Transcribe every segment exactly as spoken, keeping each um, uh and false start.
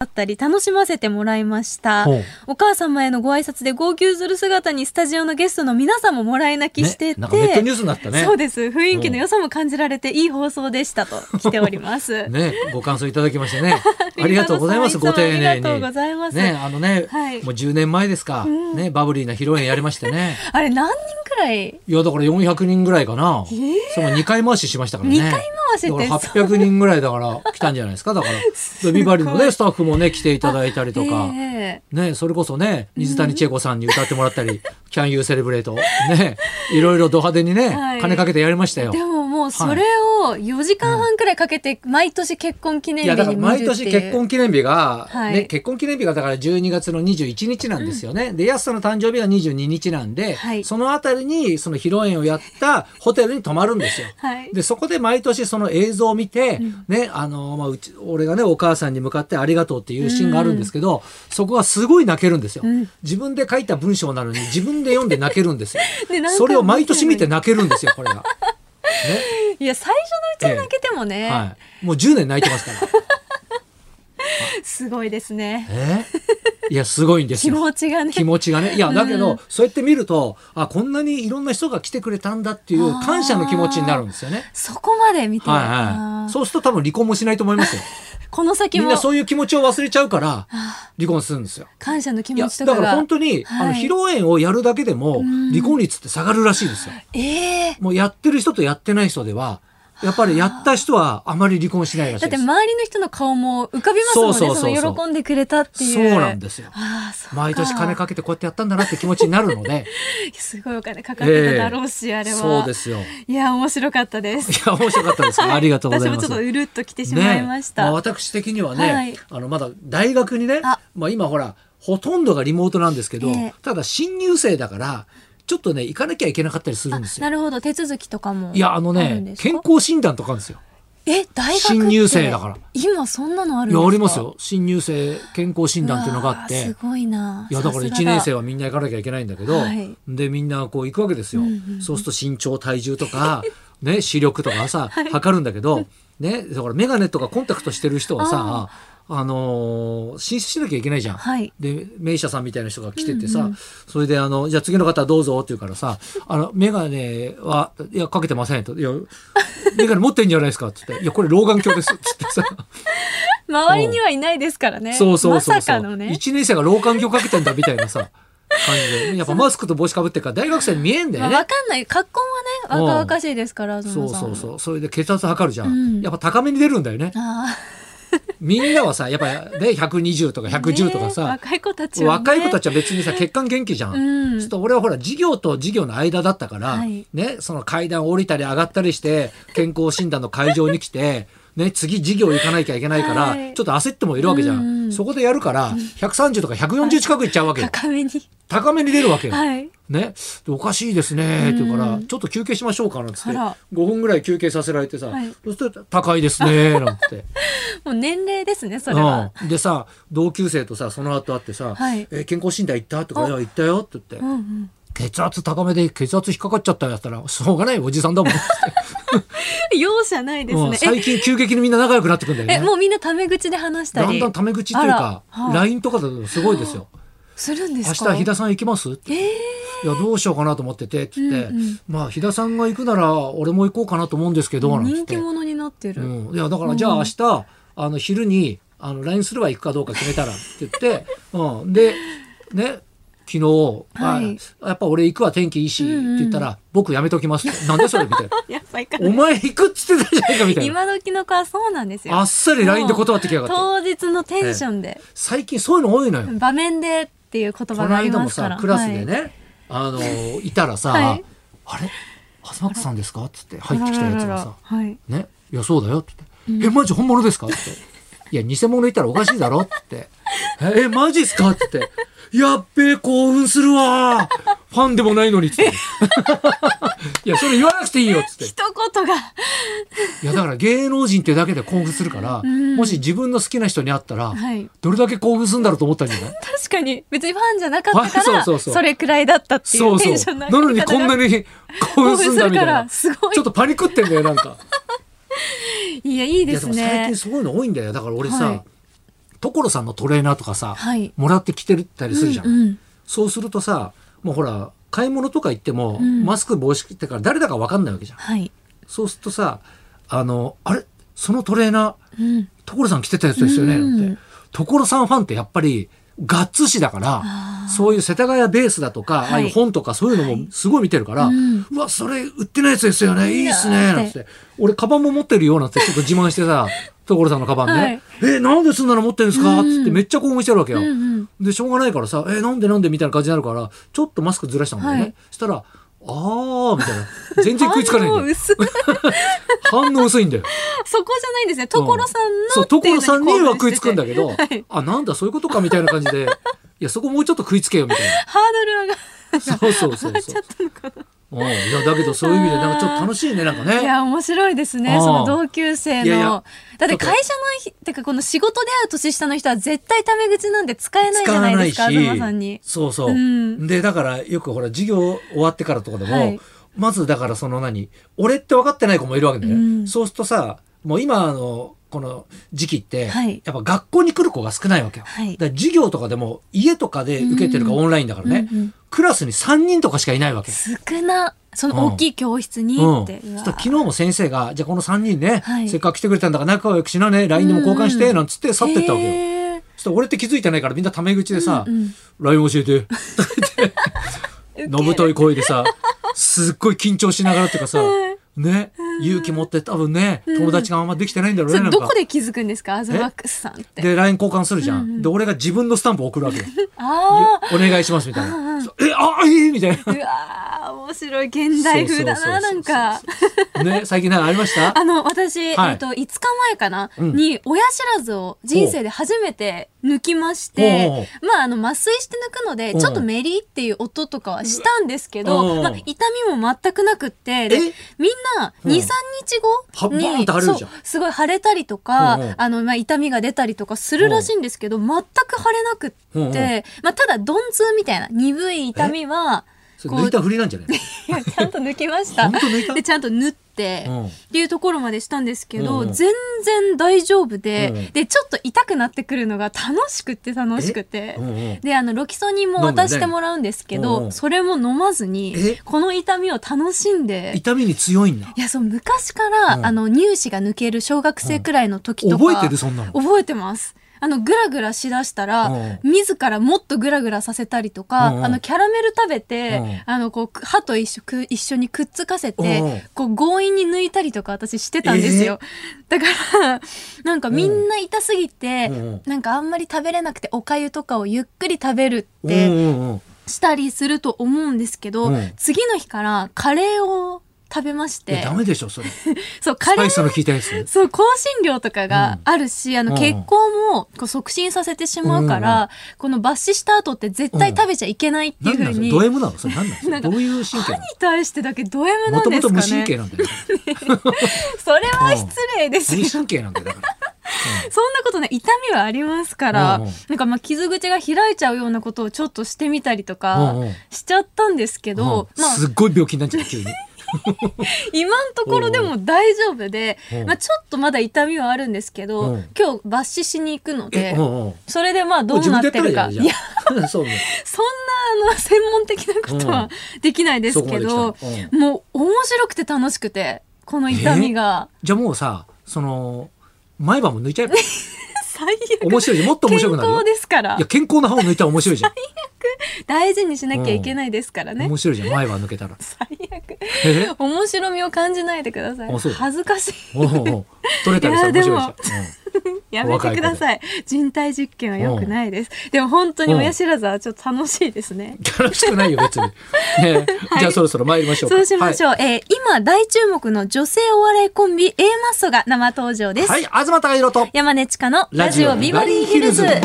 あったり楽しませてもらいました。お母様へのご挨拶で号泣する姿にスタジオのゲストの皆さんももらい泣きしてて、ね、 なんかネットニュースになったね。 そうです。雰囲気の良さも感じられていい放送でしたと来ておりますね、ご感想いただきましてねありがとうございます。ご丁寧にありがとうございます、 ね、あのね、はい、もうじゅうねんまえですか、うん、ね、バブリーな披露宴やりましてねあれ何人くらい？ いやだからよんひゃくにんぐらいかな、えー、そのにかい回ししましたからね。 にかい回しってだからはっぴゃくにんぐらいだから来たんじゃないですか。だからビバリーのねスタッフもね来ていただいたりとか、えー、ね、それこそね水谷千恵子さんに歌ってもらったり、うん、Can You Celebrate ね、いろいろド派手にね、はい、金かけてやりましたよ。 でももうそれをよじかんはんくらいかけて毎年結婚記念日に見るっていう、いやだから毎年結婚記念日が、はい、ね、結婚記念日がだからじゅうにがつのにじゅういちにちなんですよね、うん、で安さんの誕生日がにじゅうににちなんで、はい、そのあたりにその披露宴をやったホテルに泊まるんですよ、はい、でそこで毎年その映像を見て、うん、ね、あのまあ、うち俺がねお母さんに向かってありがとうっていうシーンがあるんですけど、うん、そこはすごい泣けるんですよ、うん、自分で書いた文章なのに自分で読んで泣けるんですよそれを毎年見て泣けるんですよこれが、ね、 いや最初のうちは泣けてもね、 ええ、はい、もうじゅうねん泣いてますからすごいですね、 えー、いやすごいんですよ気持ちがね気持ちがねいやだけど、うん、そうやって見るとあこんなにいろんな人が来てくれたんだっていう感謝の気持ちになるんですよね。 そこまで見て、 はいはい、そうすると多分離婚もしないと思いますよこの先もみんなそういう気持ちを忘れちゃうから離婚するんですよ。 感謝の気持ちとかがだから本当に、はい、あの披露宴をやるだけでも離婚率って下がるらしいですよ、 えー、 もうやってる人とやってない人ではやっぱりやった人はあまり離婚しないらしいです。 だって周りの人の顔も浮かびますもんね。そうそうそうそう、その喜んでくれたっていう。 そうなんですよ。あ、そうか。毎年金かけてこうやってやったんだなって気持ちになるので。 すごいお金かかってただろうし、えー、あれは。 そうですよ。 いや面白かったです。 いや面白かったです。ありがとうございます。 私もちょっとうるっときてしまいました。 ね、まあ、私的にはね、はい、あのまだ大学にね、あ、まあ今ほらほとんどがリモートなんですけど、えー、ただ新入生だから。ちょっとね行かなきゃいけなかったりするんですよ。 なるほど、手続きとかも。 いやあのね健康診断とかあるんですよ。 え、大学って新入生だから今そんなのあるんですか？ いやありますよ。新入生健康診断っていうのがあって、 すごいな。 いやだからいちねん生はみんな行かなきゃいけないんだけど、はい、でみんなこう行くわけですよ、うんうんうん、そうすると身長体重とかね視力とかさ、はい、測るんだけどね、だからメガネとかコンタクトしてる人はさあのー、申請しなきゃいけないじゃん、はい、で名医者さんみたいな人が来ててさ、うんうん、それであのじゃあ次の方どうぞって言うからさあのメガネはいやかけてませんと、いやメガネ持ってんじゃないですかって言って、いやこれ老眼鏡ですって言ってさ周りにはいないですからね、 そうそうそうそう、 まさかのね、 いちねん生が老眼鏡かけてんだみたいなさ感じで、やっぱマスクと帽子かぶってるから大学生に見えんだよね、 まあ、分かんない、格好はね若々しいですから、うん、 そうそうそう、それで血圧測るじゃん、うん、やっぱ高めに出るんだよね。あみんなはさやっぱりひゃくにじゅうとかひゃくじゅうとかさ、 ね、若い子たちは、ね、 若い子たちは別にさ血管元気じゃん、うん、そうすると俺はほら授業と授業の間だったから、はい、ね、その階段降りたり上がったりして健康診断の会場に来てね、次授業行かなきゃいけないから、はい、ちょっと焦ってもいるわけじゃん、うん、そこでやるからひゃくさんじゅうとかひゃくよんじゅう近くいっちゃうわけよ、 高めに高めに出るわけよ、 はい、 ね、おかしいですねって言うからちょっと休憩しましょうかなんつってごふんぐらい休憩させられてさ、はい、そうすると高いですねなんてもう年齢ですねそれは、 うん、でさ同級生とさその後会ってさ、はい、えー、健康診断行ったとか、いや行ったよって言って、うんうん、血圧高めで血圧引っかかっちゃったやったらしょうがないおじさんだもんって容赦ないですね、うん、 最近急激にみんな仲良くなってくるんだよね。 えもうみんなタメ口で話したり、 だんだんタメ口っていうか ライン とかだとすごいですよ。 するんですか？ 明日飛田さん行きます？って、えー、いやどうしようかなと思っててって言って、うんうん、まあ飛田さんが行くなら俺も行こうかなと思うんですけど、 人気者になってる、 うん、いやだからじゃあ明日、うん、あの昼にあの ライン すれば行くかどうか決めたらって言って、うん、でね昨日、はい、やっぱ俺行くわ天気いいし、うんうん、って言ったら僕やめときますってなんでそれみたいなやっぱいかないお前行くっつってたじゃないかみたいな。 今時の子はそうなんですよ。 あっさり ライン で断ってきやがって当日のテンションで、 ええ、最近そういうの多いのよ。 場面でっていう言葉がありますから。 この間もさクラスでね、はい、あのいたらさ、はい、あれ東口さんですかっつって入ってきたやつがさ、はい、ね、いやそうだよって言って、うん、えマジ本物ですかっていや偽物言ったらおかしいだろってえマジっすかって言ってやっべえ興奮するわファンでもないのにっつっていやそれ言わなくていいよっつって一言がいやだから芸能人ってだけで興奮するから、うん、もし自分の好きな人に会ったら、はい、どれだけ興奮するんだろうと思ったんじゃない？ 確かに別にファンじゃなかったから、はい、そうそうそう、それくらいだったっていうテンションの上げ方が、 なのにこんなに興奮するんだみたいなすごいちょっとパニクってんだよなんかいやいいですね。 いやでも最近そういうの多いんだよ。だから俺さ、はい、 所さんのトレーナーとかさ、 はい、 もらってきてたりするじゃん、 うんうん、 そうするとさもうほら買い物とか行っても、 うん、 マスク帽子ってから誰だか分かんないわけじゃん、 はい、 そうするとさあのあれそのトレーナー、うん、所さん着てたやつですよね、うん、って所さんファンってやっぱりガッツ紙だからそういう世田谷ベースだとか、はい、ああいう本とかそういうのもすごい見てるから、はい、うわそれ売ってないやつですよねいいっすねなんて俺カバンも持ってるよなんてちょっと自慢してさ所さんのカバンね、はい、えなんでそんなの持ってるんですか、うん、ってめっちゃ興奮してるわけよ、うんうん、でしょうがないからさえなんでなんでみたいな感じになるからちょっとマスクずらしたんだよね、はい、したらあーみたいな全然食いつかないんだよ反応薄いんだよそこじゃないんですね所さんの、うん、 そう所さんには食いつくんだけど、はい、あなんだそういうことかみたいな感じでいやそこもうちょっと食いつけよみたいなハードル上がそうそうそうそううん、いやだけどそういう意味でなんかちょっと楽しいねなんかねいや面白いですねその同級生のいやいやだって会社のてかこの仕事で会う年下の人は絶対タメ口なんて使えないじゃないですか東さんにそうそう、うん、でだからよくほら授業終わってからとかでも、はい、まずだからその何俺って分かってない子もいるわけだよ、うん、そうするとさもう今あのこの時期って、はい、やっぱ学校に来る子が少ないわけよ、はい、だから授業とかでも家とかで受けてるかオンラインだからね、うんうん、クラスにさんにんとかしかいないわけ少なその大きい教室にって、 うんうん、昨日も先生がじゃあこのさんにんね、はい、せっかく来てくれたんだから仲良くしなね ライン でも交換してなんつって去ってったわけよ、えー、そしたら俺って気づいてないからみんなタメ口でさ、うんうん、ライン 教えてのぶとい声でさすっごい緊張しながらっていうかさね、勇気持って多分ね、うん、友達があんまできてないんだろうね。 それどこで気づくんですかアズマックスさんって。 で ライン 交換するじゃん、うんうん、で俺が自分のスタンプ送るわけよあお願いしますみたいなえあえみたいなうわ面白い現代風だななんかね最近何かありましたあの私、はいえっと、いつかまえかな、うん、に親知らずを人生で初めて抜きましてまああの麻酔して抜くのでちょっとメリっていう音とかはしたんですけど、まあ、痛みも全くなくってでみんな にさんにちごにそうすごい腫れたりとかあの、まあ、痛みが出たりとかするらしいんですけど全く腫れなくってまあ、ただ鈍痛みたいな鈍い痛みは抜いたふりなんじゃないのいやちゃんと抜きましたでちゃんと縫ってっていうところまでしたんですけど、うん、全然大丈夫で、うん、でちょっと痛くなってくるのが楽しくて楽しくて、うんうん、であのロキソニンも渡してもらうんですけど、ね、それも飲まずにこの痛みを楽しんで痛みに強いんだいやそう昔から、うん、あの乳歯が抜ける小学生くらいの時とか、 うん、覚えてるそんなの覚えてますあのグラグラしだしたら、うん、自らもっとグラグラさせたりとか、うん、あのキャラメル食べて、うん、あのこう歯と一緒く一緒にくっつかせて、うん、こう強引に抜いたりとか私してたんですよ、えー、だからなんかみんな痛すぎて、うん、なんかあんまり食べれなくておかゆとかをゆっくり食べるって、うん、したりすると思うんですけど、うん、次の日からカレーを食べましてダメでしょそれそうカレースパイスの効いたやつそう香辛料とかがあるし、うん、あの血行もこう促進させてしまうから、うん、この抜歯した後って絶対食べちゃいけないっていう風に、 うん、ド M なのそれ何なのなんかどういう神経なの歯に対してだけド M なんですかねもともと無神経なんだよ、ね、 それは失礼ですよ、 無神経なんだよだからうん、そんなことね痛みはありますから、うんうん、なんかまあ傷口が開いちゃうようなことをちょっとしてみたりとかしちゃったんですけど、 うんまあ、すっごい病気になっちゃう急に今のところでも大丈夫で、まあ、ちょっとまだ痛みはあるんですけど今日抜歯しに行くのでそれでまあどうなってるかいやそんなあの専門的なことはできないですけど、うん、もう面白くて楽しくてこの痛みが、 えー、じゃあもうさその前歯も抜いちゃえば最悪面白いじゃんもっと面白くなるよ健康ですからいや健康な歯を抜いたら面白いじゃん最悪大事にしなきゃいけないですからね、 うん、面白いじゃん前歯抜けたら最悪面白みを感じないでください恥ずかしいおうおう取れたりしたら面白いじゃん、うんやめてください人体実験は良くないですでも本当に親知らずはちょっと楽しいですね楽しくないよ別に、ねはい、じゃあそろそろ参りましょうかそうしましょう、はいえー、今大注目の女性お笑いコンビ A マッソが生登場ですはい東貴博と山根千佳のラジオビバリーヒルズ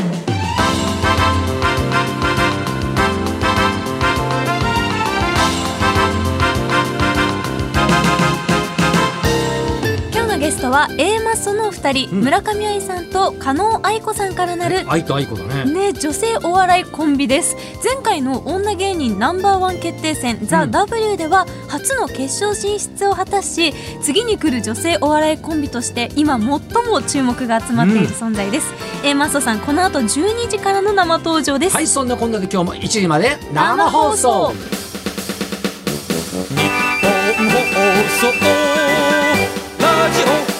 初は A マッソのふたり、うん、村上愛さんと加納愛子さんからなる愛と愛子だねね女性お笑いコンビです。前回の女芸人ナンバーワン決定戦、うん、ザ・ W では初の決勝進出を果たし、次に来る女性お笑いコンビとして今最も注目が集まっている存在です、うん、A マッソさんこの後じゅうにじからの生登場です。 はい、そんなこんなで今日もいちじまで生放送、日本放送ラジオ